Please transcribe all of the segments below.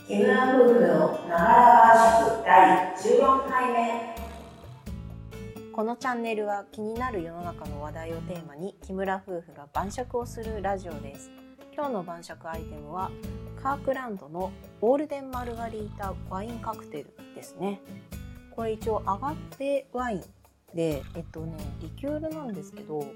木村夫婦のながら晩酌第14回目。このチャンネルは気になる世の中の話題をテーマに木村夫婦が晩酌をするラジオです。今日の晩酌アイテムはカークランドのゴールデンマルガリータワインカクテルですね。これ一応アガベワインで、リキュールなんですけど、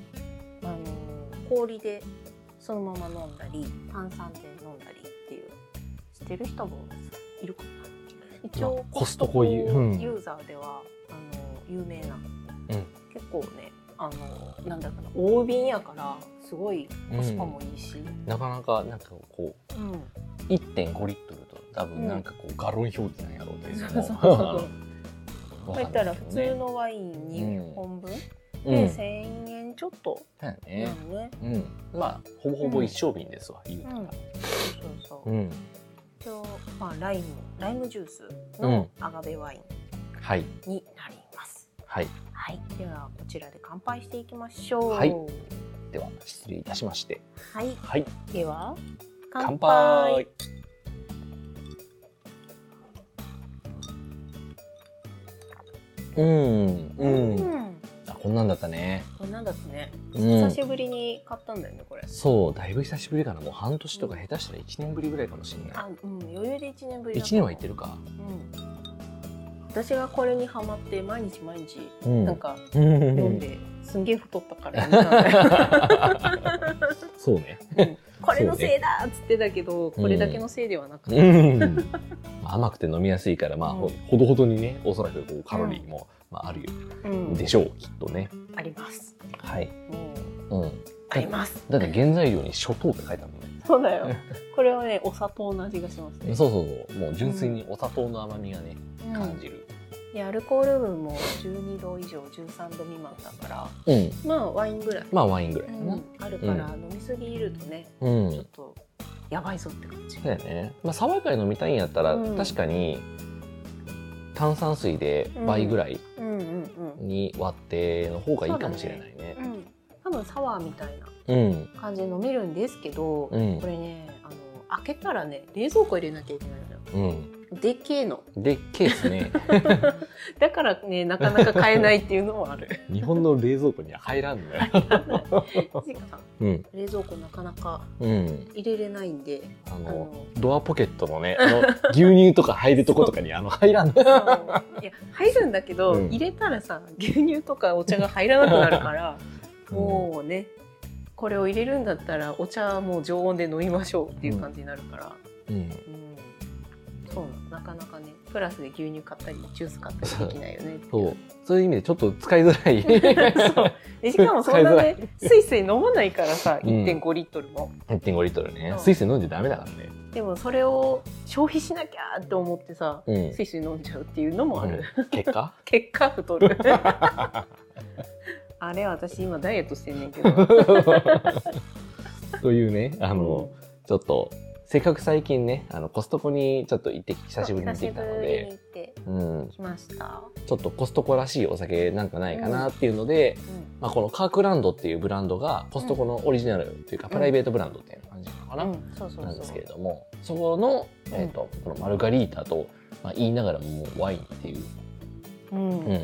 氷でそのまま飲んだり炭酸で飲んだりっていう、知ってる人もいるかな。一応コストコユーザーでは有名な、結構ねなんだかな、大瓶やからすごいコスパもいいし、 なかなかなんかこう、1.5 リットルと多分なんかこうガロン表記なんやろうけれども、 言ったら普通のワイン2本分で1000円ちょっとだよね。まあほぼほぼ一升瓶ですわ、言うたら。 そう。今日ライムジュースのアガベワインになります。はい。ではこちらで乾杯していきましょう。はい。 では失礼いたしまして。 はい。では乾杯。こんなんだったね。 久しぶりに買ったんだよね、これ。 そう、だいぶ久しぶりかな。もう半年とか下手したら1年ぶりぐらいかもしれない。 余裕で1年ぶりだ。 1年は行ってるか。 私がこれにハマって毎日なんか飲んですんげえ太ったからやめたんだよ。 そうね。 これのせいだっつってたけど、これだけのせいではなくて、 甘くて飲みやすいから、ほどほどにね、おそらくこうカロリーもあるでしょう、きっとね。 あります。 はい。 あります。 だって原材料に諸糖って書いてあるもんね。 そうだよ。これはね、お砂糖の味がしますね。 そう。もう純粋にお砂糖の甘みがね、感じる。 でアルコール分も12度以上13度未満だから、まあワインぐらいあるから、飲みすぎるとね、ちょっとやばいぞって感じ。 そうだよね。爽やかに飲みたいんやったら、確かに炭酸水で倍ぐらいに割っての方がいいかもしれないね。 多分サワーみたいな感じで飲めるんですけど、これね開けたらね冷蔵庫入れなきゃいけないのよ。でっけえの。 でっけえですね。 だからね、なかなか買えないっていうのもある。 日本の冷蔵庫には入らんのよ。 冷蔵庫なかなか入れれないんで、 ドアポケットのね、牛乳とか入るとことかに入らんの。いや入るんだけど、入れたらさ牛乳とかお茶が入らなくなるから、もうね、これを入れるんだったらお茶はもう常温で飲みましょうっていう感じになるから。そうなかなかね、プラスで牛乳買ったりジュース買ったりできないよね。 そういう意味でちょっと使いづらい。 そうでしかもそんなねスイスイ飲まないからさ、1.5 リットルも。 1.5 リットルね。スイスイ飲んじゃダメだからね。 でもそれを消費しなきゃって思ってさ、スイスイ飲んじゃうっていうのもある。結果太る。あれ私今ダイエットしてんねんけど。 というね、ちょっとせっかく最近ね、コストコにちょっと久しぶりに行ってきたので、 来ました。 ちょっとコストコらしいお酒なんかないかなっていうので、このカークランドっていうブランドがコストコのオリジナルというかプライベートブランドっていう感じなのかな、なんですけれども、そこのこのマルガリータと言いながらもワインっていう、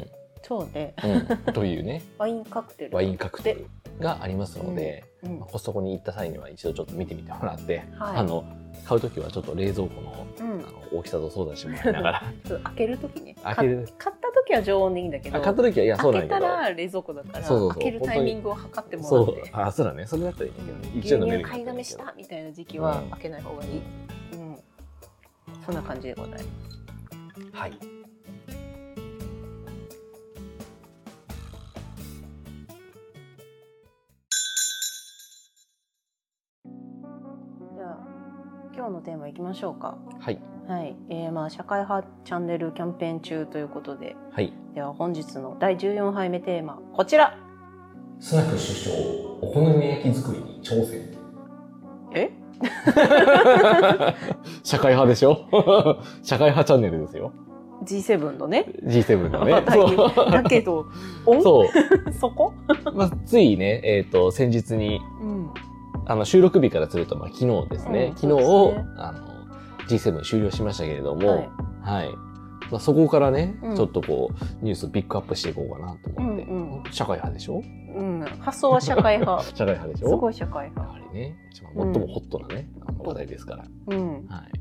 そうね、 というねワインカクテルがありますので、コストコに行った際には一度ちょっと見てみてもらって、買うときはちょっと冷蔵庫の大きさと相談してもらいながら開けるときね、買ったときは常温でいいんだけど、 買ったときはそうなんだけど、 開けたら冷蔵庫だから開けるタイミングを測ってもらって、 そうだね、それだったらいいんだけどね、 牛乳買いだめしたみたいな時期は開けない方がいい。そんな感じでございます。 はい。 今日のテーマいきましょうか。 はい。 社会派チャンネルキャンペーン中ということで、では本日の第14杯目テーマこちら。 スナック首相お好み焼き作りに挑戦。社会派でしょ。社会派チャンネルですよ。 G7 のね。 G7 のね。 だけど、そこ？ ついね、先日に、収録日からすると昨日ですね。昨日を G7 終了しましたけれども、はい。まあ、そこからね、ちょっとこう、ニュースをピックアップしていこうかなと思って。社会派でしょ？ 発想は社会派。 社会派でしょ？ すごい社会派。 やはりね、一番最もホットなね、話題ですから。はい。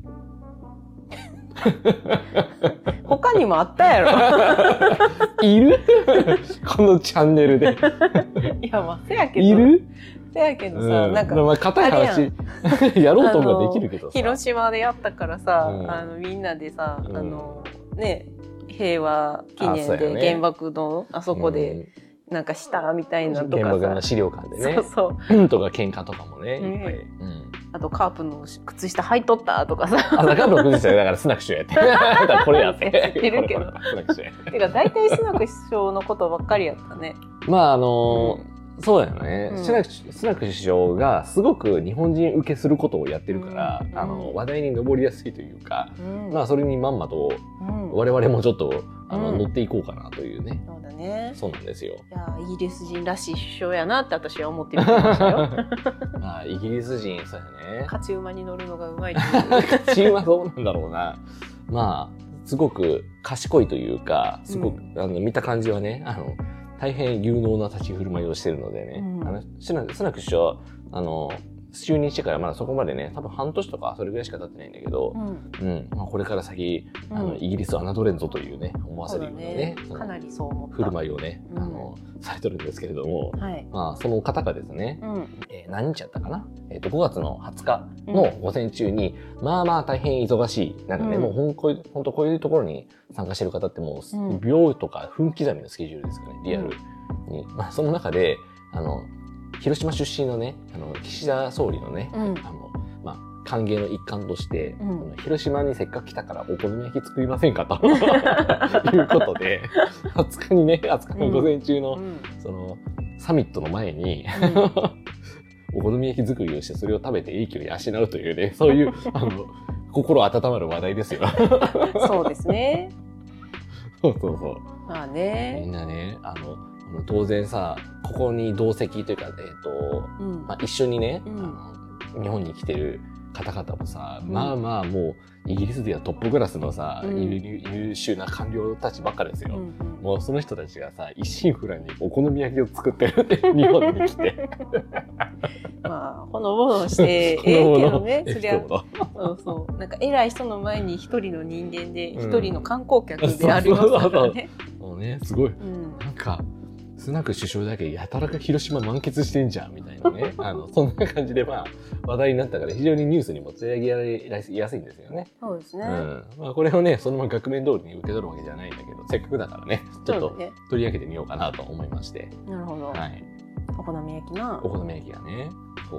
他にもあったやろ。 いる？このチャンネルで。 いや、まあ、せやけど。 いる？ せやけどさ、なんか、 まあ、硬い話、やろうと思えばできるけどさ。 広島でやったからさ、みんなでさ、ね、平和記念で原爆のあそこで、なんかしたみたいなとかさ。 原爆の資料館でね。 そうそう。 とか喧嘩とかもね、いっぱい。 あとカープの靴下履いとったとかさ。 カープの靴下だからスナク首相やって。だからこれやって。 知ってるけど。スナク首相。てか大体スナク首相のことばっかりやったね。 まあそうだよね。スナク首相がすごく日本人受けすることをやってるから、話題に上りやすいというか、まあそれにまんまと我々もちょっと乗っていこうかなというね。 そうだね。 そうなんですよ。 いやイギリス人らしい首相やなって私は思ってみてましたよ。 まあイギリス人そうやね。 勝ち馬に乗るのがうまい。 勝ち馬そうなんだろうな。まあすごく賢いというか、すごく見た感じはね大変有能な立ち振る舞いをしてるのでね、スナク首相就任してからまだそこまでね、多分半年とかそれぐらいしか経ってないんだけど、まあ、これから先イギリスを侮れんぞというね思わせるようなね、 かなりそう思った振る舞いをね、されてるんですけれども、まあその方がですね、何日やったかな、5月の20日の午前中に、まあまあ大変忙しい、なんかね、もう本当こういうところに参加してる方ってもう秒とか分刻みのスケジュールですかね、リアルに。まあその中で広島出身のね、岸田総理のね、まあ、歓迎の一環として、広島にせっかく来たからお好み焼き作りませんかということで、20日にね、20日の午前中の、その、サミットの前に、お好み焼き作りをしてそれを食べて英気を養うというね、そういう、心温まる話題ですよ。 そうですね。 そうそうそう。 まあね。 みんなね、当然さ、ここに同席というか、まあ、一緒にね、日本に来てる方々もさ、まあまあもうイギリスではトップクラスのさ、優秀な官僚たちばっかですよ。もうその人たちがさ、一心不乱にお好み焼きを作ってるって日本に来て。 まあ、ほのぼのしてけどね、そりゃ。そうそう。なんか偉い人の前に一人の人間で、一人の観光客であるようだからね。 もうね、すごい。なんか、スナク首相だけやたらか広島満喫してんじゃんみたいなね。そんな感じでまあ話題になったから非常にニュースにも取り上げられやすいんですよね。 そうですね。 まあこれをね、そのまま額面通りに受け取るわけじゃないんだけど、せっかくだからね、ちょっと取り上げてみようかなと思いまして。 なるほど。はい。お好み焼きな。 お好み焼きがね。そう。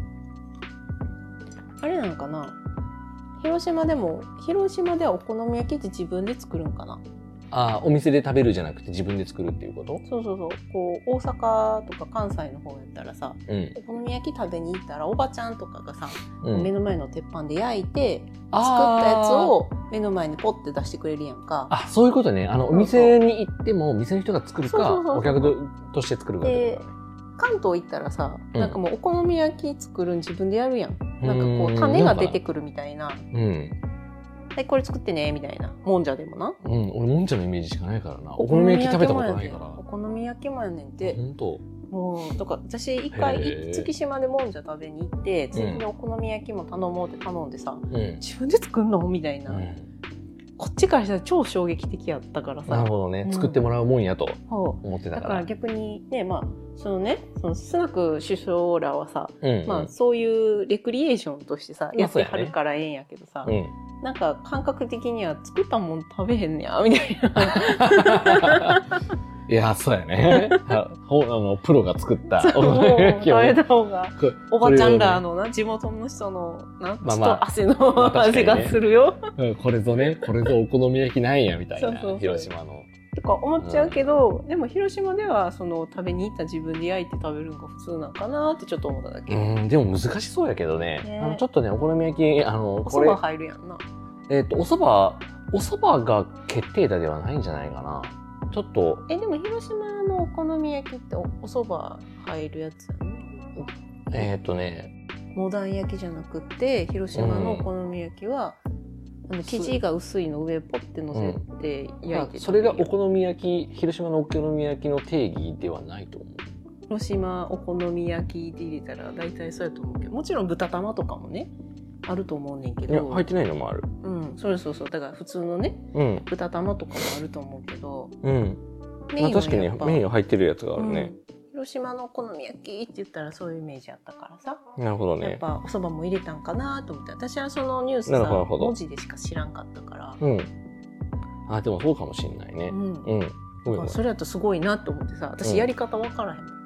あれなのかな。広島ではお好み焼きって自分で作るんかな。 ああ、お店で食べるじゃなくて自分で作るっていうこと？ そうそうそう。こう、大阪とか関西の方やったらさ、お好み焼き食べに行ったらおばちゃんとかがさ、目の前の鉄板で焼いて、作ったやつを目の前にポッて出してくれるやんか。 あ、そういうことね。お店に行っても、店の人が作るか、お客として作るかってことね。 関東行ったらさ、なんかもうお好み焼き作るん自分でやるやん。なんかこう、種が出てくるみたいな。はい、これ作ってねみたいな。もんじゃでもな。 俺もんじゃのイメージしかないからな。お好み焼き食べたことないから。 お好み焼きもやねんて。 本当。 もうだから私一回月島でもんじゃ食べに行って、ついにお好み焼きも頼もうって頼んでさ、自分で作んのみたいな。こっちからしたら超衝撃的やったからさ。 なるほどね。作ってもらうもんやと思ってたから。 だから逆にね、まあそのスナク首相らはさ、まあそういうレクリエーションとしてさ、やってはるからええんやけどさ。なんか感覚的には作ったもん食べへんねやみたいな。 いや、そうやね。プロが作ったお好み焼きを食べた方がおばちゃんらのな、地元の人のな、血と汗の味がするよ。 これぞお好み焼きなんやみたいな。広島の。 とか思っちゃうけど、でも広島ではその食べに行った自分で焼いて食べるのが普通なんかなってちょっと思っただけ。 でも難しそうやけどね。ちょっとね、お好み焼きお蕎麦入るやんな。 お蕎麦が決定打ではないんじゃないかな。ちょっと。 でも広島のお好み焼きってお蕎麦入るやつやね。 モダン焼きじゃなくて広島のお好み焼きは、生地が薄いの上ポッて乗せて焼いて、 それがお好み焼き、広島のお好み焼きの定義ではないと思う。 広島お好み焼きで入れたら大体そうやと思うけど、もちろん豚玉とかもねあると思うねんけど、 いや入ってないのもある。 そうだから普通のね、豚玉とかもあると思うけど、 メインは確かにメインは入ってるやつがあるね。 広島のお好み焼きって言ったらそういうイメージあったからさ。 なるほどね。 やっぱお蕎麦も入れたんかなと思って、私はそのニュースさ文字でしか知らんかったから。 でもそうかもしれないね。 それだとすごいなと思ってさ、私やり方わからへん。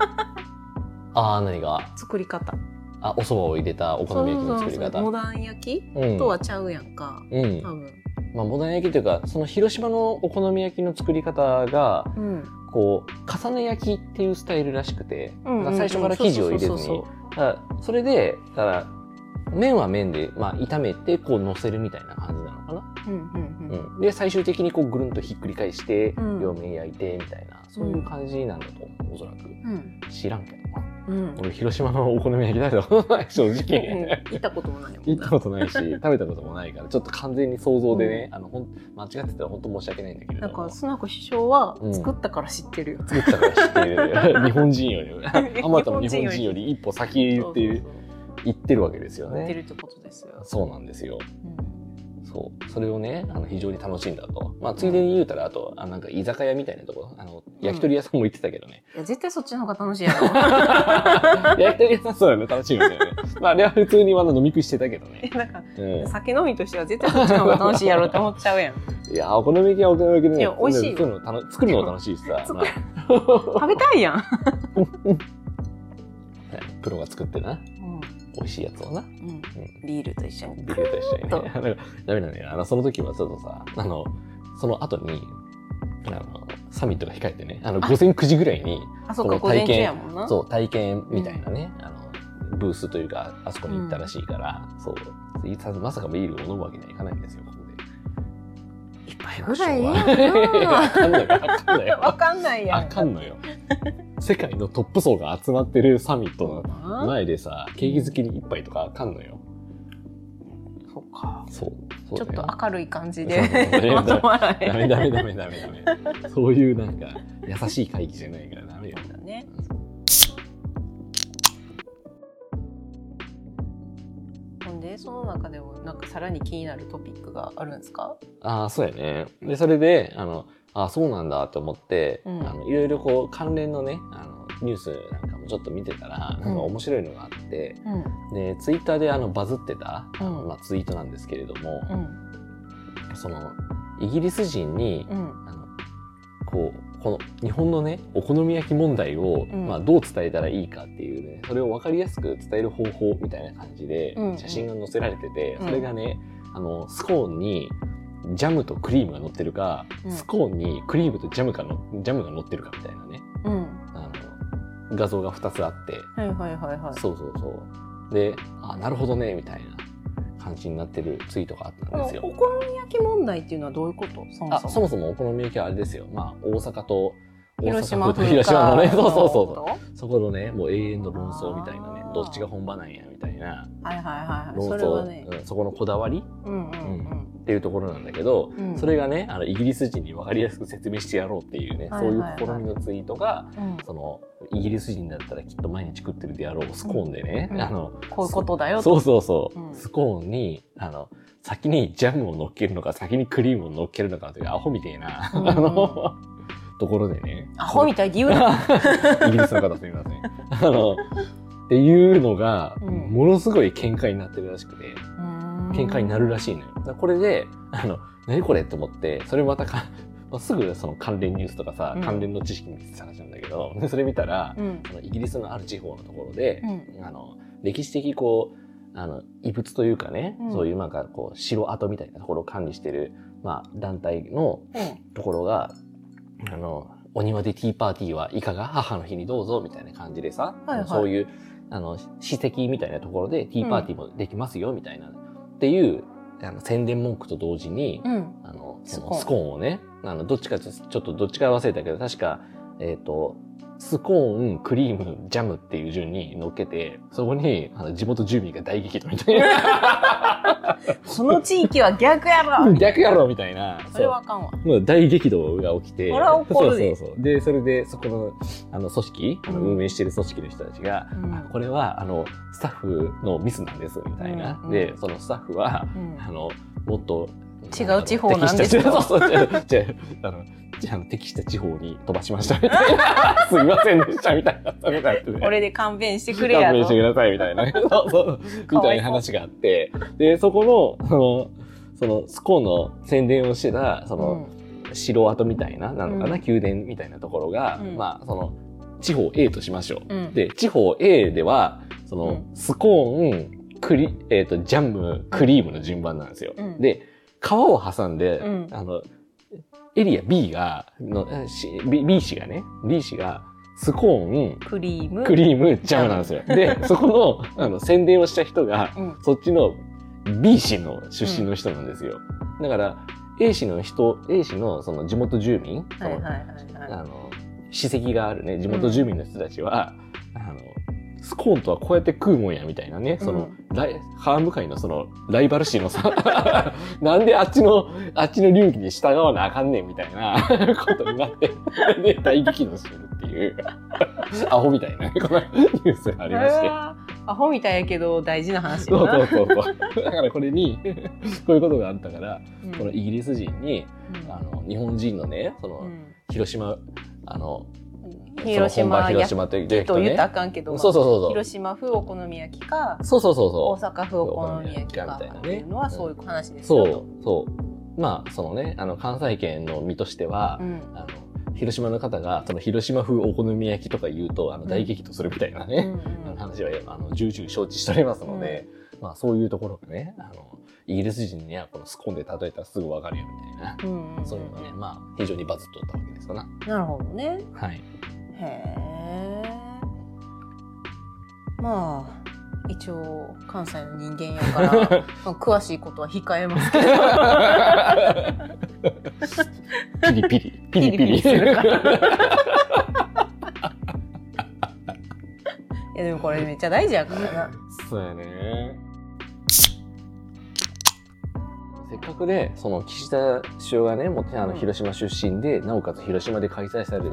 何が作り方。 お蕎麦を入れたお好み焼きの作り方。 モダン焼きとはちゃうやんか。多分。 モダン焼きというか、その広島のお好み焼きの作り方が、こう重ね焼きっていうスタイルらしくて、最初から生地を入れずに、それで麺は麺で炒めてこう乗せるみたいな感じなのかな。で最終的にこうぐるんとひっくり返して両面焼いてみたいな、そういう感じなんだと思う、おそらく。知らんけどな。俺広島のお好み焼き食べたことない、正直。 行ったこともないもん。 行ったことないし食べたこともないから、ちょっと完全に想像でね、間違ってたら本当申し訳ないんだけれども。 なんかスナコ師匠は作ったから知ってるよ。 作ったから知ってる。日本人よりあまたの日本人より一歩先へ言ってるわけですよね。 言ってるってことですよ。 そうなんですよ。それをね、非常に楽しんだと。ついでに言うたら、あと、なんか居酒屋みたいなところ、焼き鳥屋さんも行ってたけどね。 いや、絶対そっちの方が楽しいやろ。 焼き鳥屋さんそうだよね、楽しいよね。あれは普通に飲み食いしてたけどね。 なんか、酒飲みとしては絶対そっちの方が楽しいやろって思っちゃうやん。 いや、お好み焼きはお好み焼きでね。 いや、美味しいよ。 作るの楽しいしさ。 食べたいやん。 プロが作ってな。美味しいやつをな。 ビールと一緒に。 ビールと一緒にね。ダメなんだよ。その時はちょっとさ、その後に、サミットが控えてね、午前9時ぐらいに、体験みたいなね、ブースというか、あそこに行ったらしいから、まさかビールを飲むわけにはいかないんですよ、ここで。 一杯ぐらいいいやん。 わかんないよ。 わかんないやん。 あかんのよ。世界のトップ層が集まってるサミットの前でさ、ケーキ好きに一杯とかあかんのよ。 そっか。 そうちょっと明るい感じでまとまらへん。 ダメ。そういうなんか優しい会議じゃないからダメよ。 だね。ほんでその中でもなんかさらに気になるトピックがあるんですか？ そうやね。でそれでそうなんだと思って、いろいろこう関連のねニュースなんかもちょっと見てたらなんか面白いのがあって、でツイッターでバズってたツイートなんですけれども、そのイギリス人に、この日本のねお好み焼き問題を、どう伝えたらいいかっていうね、それを分かりやすく伝える方法みたいな感じで写真が載せられてて、それがねスコーンにジャムとクリームが乗ってるか、スコーンにクリームとジャムが乗ってるかみたいなね、画像が2つあって、そうでなるほどねみたいな感じになってるツイートがあったんですよ。 お好み焼き問題っていうのはどういうこと？ そもそもお好み焼きはあれですよ、大阪と広島のね、そうそこのねもう永遠の論争みたいなね、どっちが本場なんやみたいな論争、そこのこだわりっていうところなんだけど、それがねイギリス人に分かりやすく説明してやろうっていうね、そういう試みのツイートが、そのイギリス人だったらきっと毎日食ってるであろうスコーンでね、 こういうことだよと。 スコーンに先にジャムを乗っけるのか先にクリームを乗っけるのかというアホみたいなところでね。 アホみたいで言うな。 イギリスの方すみません。っていうのが、ものすごい喧嘩になってるらしくて、喧嘩になるらしいのよ。これで、何これって思って、それまたすぐその関連ニュースとかさ、関連の知識見て探したんだけど、それ見たら、イギリスのある地方のところで、歴史的遺物というかね、そういうなんかこう城跡みたいなところを管理してる、団体のところが、お庭でティーパーティーはいかが？母の日にどうぞみたいな感じでさ、そういう史跡みたいなところでティーパーティーもできますよみたいな、っていう宣伝文句と同時に、そのスコーンをね、どっちか忘れたけど確かスコーン、クリーム、ジャムっていう順に乗っけて、そこに地元住民が大激怒みたいな。 その地域は逆やろ逆やろみたいな。 それはあかんわ。 もう大激怒が起きて。 それは怒るで。 そう。で、それで、そこの、組織、運営してる組織の人たちが、これは、スタッフのミスなんです、みたいな。で、そのスタッフは、もっと、 違う地方なんですよ。 適した地方に飛ばしましたみたいな。すいませんでしたみたいな。 これで勘弁してくれやろ。 勘弁してくださいみたいな。みたいな話があって。で、そこの、そのスコーンの宣伝をしてた、城跡みたいな、なのかな、宮殿みたいなところが、まあ、地方 A としましょう。で、地方 A では、スコーン、ジャム、クリームの順番なんですよ。で、川を挟んで、エリア B 市が、スコーン、クリーム、ジャムなんですよ。で、そこの、宣伝をした人が、そっちの B 市の出身の人なんですよ。だから、A 市のその地元住民、史跡があるね、地元住民の人たちは、スコーンとはこうやって食うもんや、みたいなね、ハーム界のライバル誌のさ、なんであっちの流儀に従わなあかんねん、みたいなことになって、で、大激怒するっていう、アホみたいな、このニュースがありまして。 アホみたいやけど大事な話だな。そう。だからこれに、こういうことがあったから、このイギリス人に、日本人のね、広島というと言ったらあかんけど、広島風お好み焼きか、大阪風お好み焼きかっていうのはそういう話ですよ。 そう。まあ、関西圏の身としては、広島の方が、広島風お好み焼きとか言うと、大激怒するみたいなね、話は、重々承知しておりますので、まあ、そういうところがね、イギリス人にはこのスコーンで例えたらすぐわかるよみたいな、そういうのね、まあ、非常にバズっとったわけですかな。 なるほどね。 はい。 へえ。まあ、一応、関西の人間やから、詳しいことは控えますけど。 ピリピリするから。 いや、でもこれめっちゃ大事やからな。 そうやね。せっかくで、岸田首相がね、広島出身で、なおかつ広島で開催される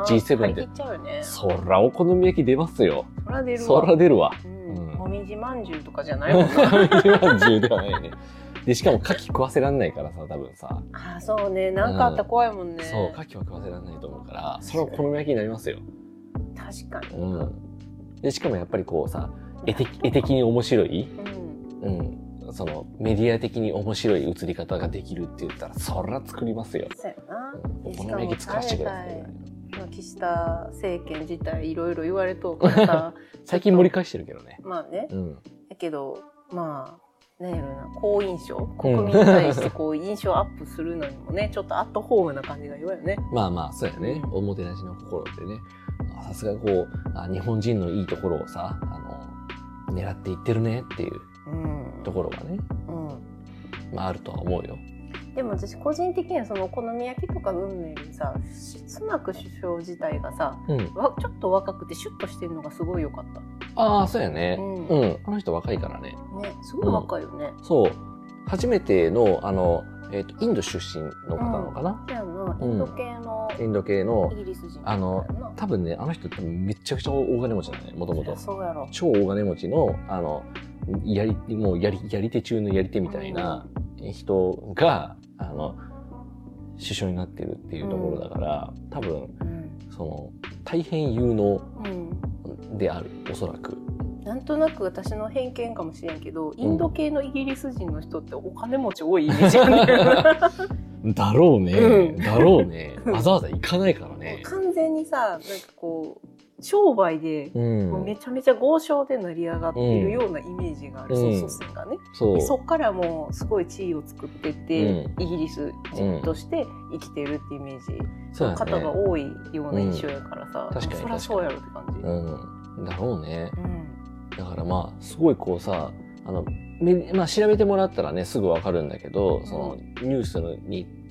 G7 で、そらお好み焼き出ますよ。そら出るわ。 もみじまんじゅうとかじゃないもんな。 もみじまんじゅうではないね。で、しかも牡蠣食わせらんないからさ、多分さ。 ああ、そうね。なんかあったら怖いもんね。 そう、牡蠣は食わせらんないと思うから、それはお好み焼きになりますよ。 確かに。 で、しかもやっぱりこうさ、絵的に面白い、メディア的に面白い映り方ができるって言ったら、そら作りますよ。 そうやな。 お好み焼き作らせてください。 岸田政権自体いろいろ言われとうからさ。 最近盛り返してるけどね。 まあね。だけど、まあ、なんやろな、好印象国民に対して印象アップするのにもね、ちょっとアットホームな感じが言うよね。 まあまあ、そうやね。おもてなしの心でね。さすが日本人のいいところをさ、狙っていってるねっていうところがね、まああるとは思うよ。 でも私個人的にはお好み焼きとか運命にさ、スナク首相自体がさ、ちょっと若くてシュッとしてるのがすごい良かった。 ああ、そうやね。あの人若いからね。 ね、すごい若いよね。 そう。初めての、インド出身の方なのかな。 そうやな、インド系のイギリス人。多分ね、あの人めちゃくちゃ大金持ちだね、もともと。 そうやろ。 超大金持ちの、やり手中のやり手みたいな人が、首相になってるっていうところだから、多分、大変有能である、おそらく。 なんとなく私の偏見かもしれんけど、インド系のイギリス人の人ってお金持ち多いイメージがね。 だろうね。だろうね。わざわざ行かないからね。 完全にさ、商売で、めちゃめちゃ豪商で成り上がっているようなイメージがある、祖先がね。そっからもうすごい地位を作っていって、イギリス人として生きてるってイメージの方が多いような印象やからさ、そりゃそうやろって感じ。 だろうね。だからまあ、すごいさ、まあ調べてもらったらね、すぐわかるんだけど、ニュースに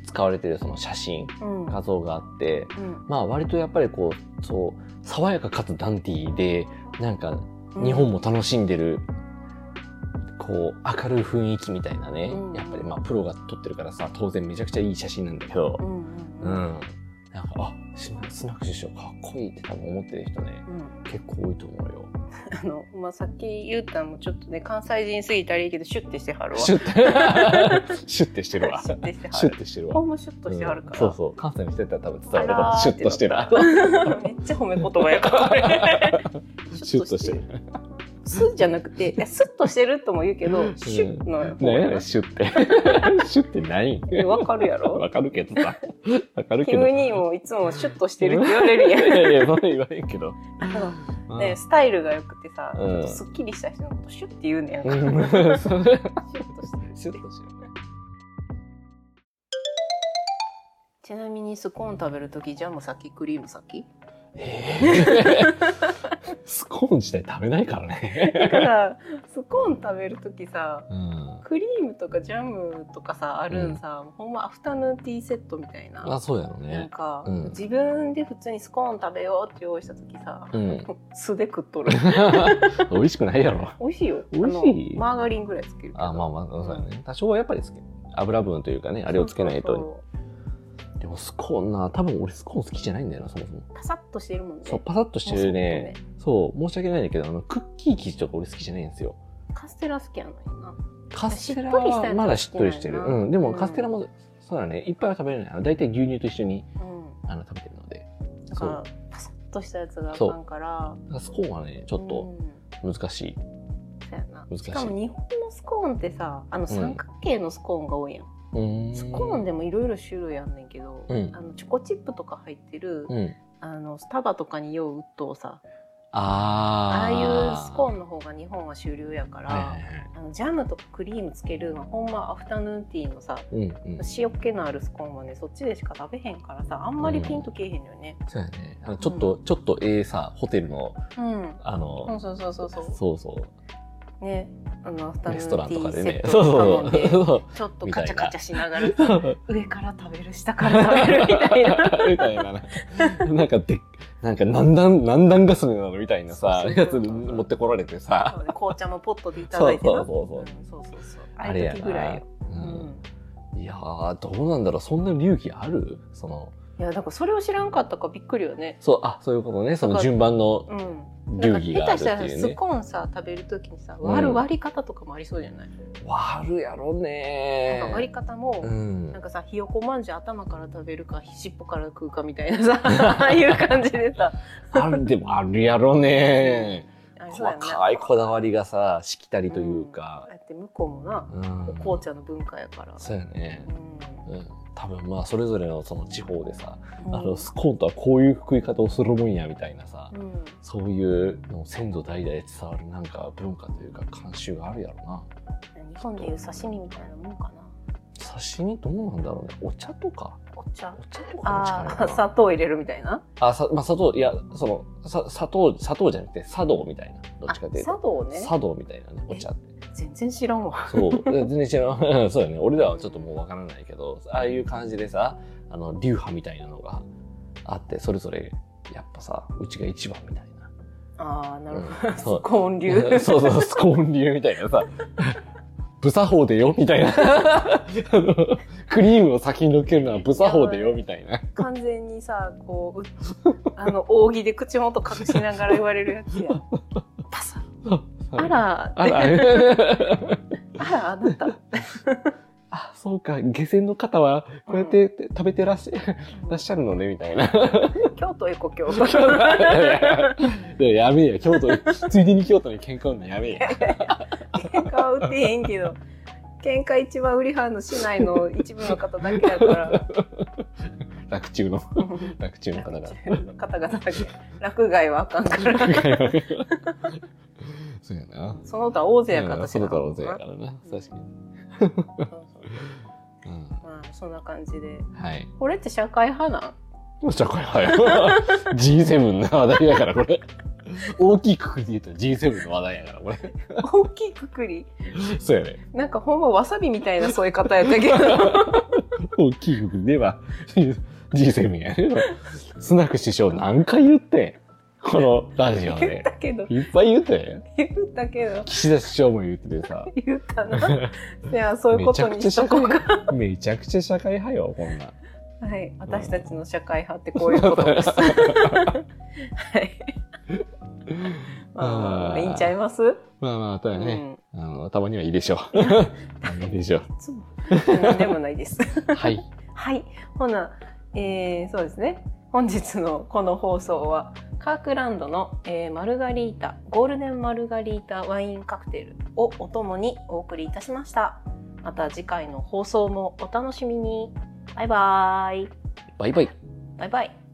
使われてるその写真、画像があって、まあ割とやっぱりこう、そう、爽やかかつダンディーで、なんか日本も楽しんでる、こう明るい雰囲気みたいなね、やっぱりまあプロが撮ってるからさ、当然めちゃくちゃいい写真なんだけど、なんか、あ、スナク首相かっこいいって多分思ってる人ね、結構多いと思うよ。 まあ、さっき言ったのもちょっとね、関西人すぎたらいいけど、シュッてしてはるわ。 シュッてしてるわ。 シュッてしてはる。 シュッてしてるわ。 ほんまシュッとしてはるから。 そうそう。関西の人やったら多分伝わるから、シュッとしてる。 めっちゃ褒め言葉やから、これ。 シュッとしてる。 スじゃなくて、いやスッとしてるとも言うけど、シュッのよ。 何やねん、シュッて。シュッて何？ わかるやろ？ わかるけどさ。わかるけど。 急にもいつもシュッとしてるって言われるやん。 いやいや、それ言われんけど。 ね、スタイルが良くてさ、すっきりした人のことシュッて言うねん。シュッとしてる。 シュッとしてるね。 ちなみにスコーン食べるとき、ジャム先、クリーム先？ スコーン自体食べないからね。 だからスコーン食べるときさ、クリームとかジャムとかさあるんさ、ほんまアフタヌーンティーセットみたいな。 あ、そうやろね。 なんか、自分で普通にスコーン食べようって用意したときさ、素で食っとる。 美味しくないやろ。 美味しいよ。 美味しい。 マーガリンぐらいつけるけど。 あ、まあまあそうやね。多少はやっぱりつける。油分というかね、あれをつけないと。でもスコーンな、多分俺スコーン好きじゃないんだよな、そもそも。 パサッとしてるもんね。 そう、パサッとしてるね。そう、申し訳ないんだけど、クッキー生地とか俺好きじゃないんですよ。 カステラ好きやのにな。 カステラはまだしっとりしてる。でもカステラも、そうだね、いっぱいは食べれない。だいたい牛乳と一緒に、食べてるので。 だからパサッとしたやつがあかんから。 スコーンはね、ちょっと難しい。 そうやな。しかも日本のスコーンってさ、三角形のスコーンが多いやん。スコーンでもいろいろ種類あんねんけど、チョコチップとか入ってる、スタバとかによう売っとうさ、ああいうスコーンの方が日本は主流やから、ジャムとかクリームつけるのほんまアフタヌーンティーのさ、塩気のあるスコーンはね、そっちでしか食べへんからさ、あんまりピンとけえへんのよね。 そうやね。ちょっとさ、ホテルの、そうね、アフタヌレストランとかでね、 ちょっとカチャカチャしながら上から食べる下から食べるみたいなみたいななんか何段ガスなのみたいなさやつ持ってこられてさ、 紅茶もポットでいただいてな、 あれやなぐらいよ。いやー、どうなんだろう、そんな流儀ある？ いや、だからそれを知らんかったからびっくりよね。 そういうことね、その順番の流儀があるっていうね。 下手したらスコーンさ食べるときにさ、割り方とかもありそうじゃない？ 割るやろね。 なんか割り方も、なんかさ、ひよこまんじゅう頭から食べるか尻尾から食うかみたいなさ、ああいう感じでさ。 でもあるやろね。細かいこだわりがさ、しきたりというか。 あって向こうもな、紅茶の文化やから。 そうやね。多分まあそれぞれのその地方でさ、スコーンとはこういう食い方をするもんやみたいなさ、そういうの先祖代々伝わるなんか文化というか慣習があるやろな。 日本でいう刺身みたいなもんかな。 刺身どうなんだろうね。お茶とか。 お茶とか砂糖入れるみたいな。 まあ砂糖、いや砂糖じゃなくて茶道みたいな。どっちかっていうと。 茶道ね。 茶道みたいなね、お茶って。 全然知らんわ。 そう、全然知らん。そうだね。俺らはちょっともうわからないけど、ああいう感じでさ、流派みたいなのがあって、それぞれやっぱさ、うちが一番みたいな。 なるほど。スコーン流。 そう、スコーン流みたいなさ。不作法でよみたいな。クリームを先に乗っけるのは不作法でよみたいな。 完全にさ、こう、扇で口元隠しながら言われるやつや。パサッ。あら、あなた。 あ、そうか、下船の方はこうやって食べてらっしゃるのねみたいな。 京都京都。やめえよ、京都、ついでに京都に喧嘩売るのやめえよ。 喧嘩は売ってへんけど、喧嘩一番売りはんの市内の一部の方だけだから。 洛中の方々。 方々だけ。洛外はあかんから。 そうやな。 その他大勢やからその他大勢やからな。確かに。 まあそんな感じで。 はい。 これって社会派なん？ 社会派や。G7 の話題だからこれ。大きいくくりで言うと G7 の話題やからこれ。 大きいくくり？ そうやね。 なんかほんまわさびみたいな添え方やったけど。 大きい服では G7 やね。スナク首相何回言ってこのラジオで。 言ったけど。 いっぱい言って言ったけど。 岸田首相も言っててさ。 言ったな。いや、そういうことにしとこうか。 めちゃくちゃ社会派よ、こんな。 はい。私たちの社会派ってこういうことです。はい。まあ、いいんちゃいます？ まあまあ、ただね、たまにはいいでしょう。いいでしょう。 何でもないです。 はい。 はい。ほな、そうですね。本日のこの放送は、カークランドの、マルガリータ、ゴールデンマルガリータワインカクテルをお供にお送りいたしました。また次回の放送もお楽しみに。バイバーイ。 バイバイ。 バイバイ。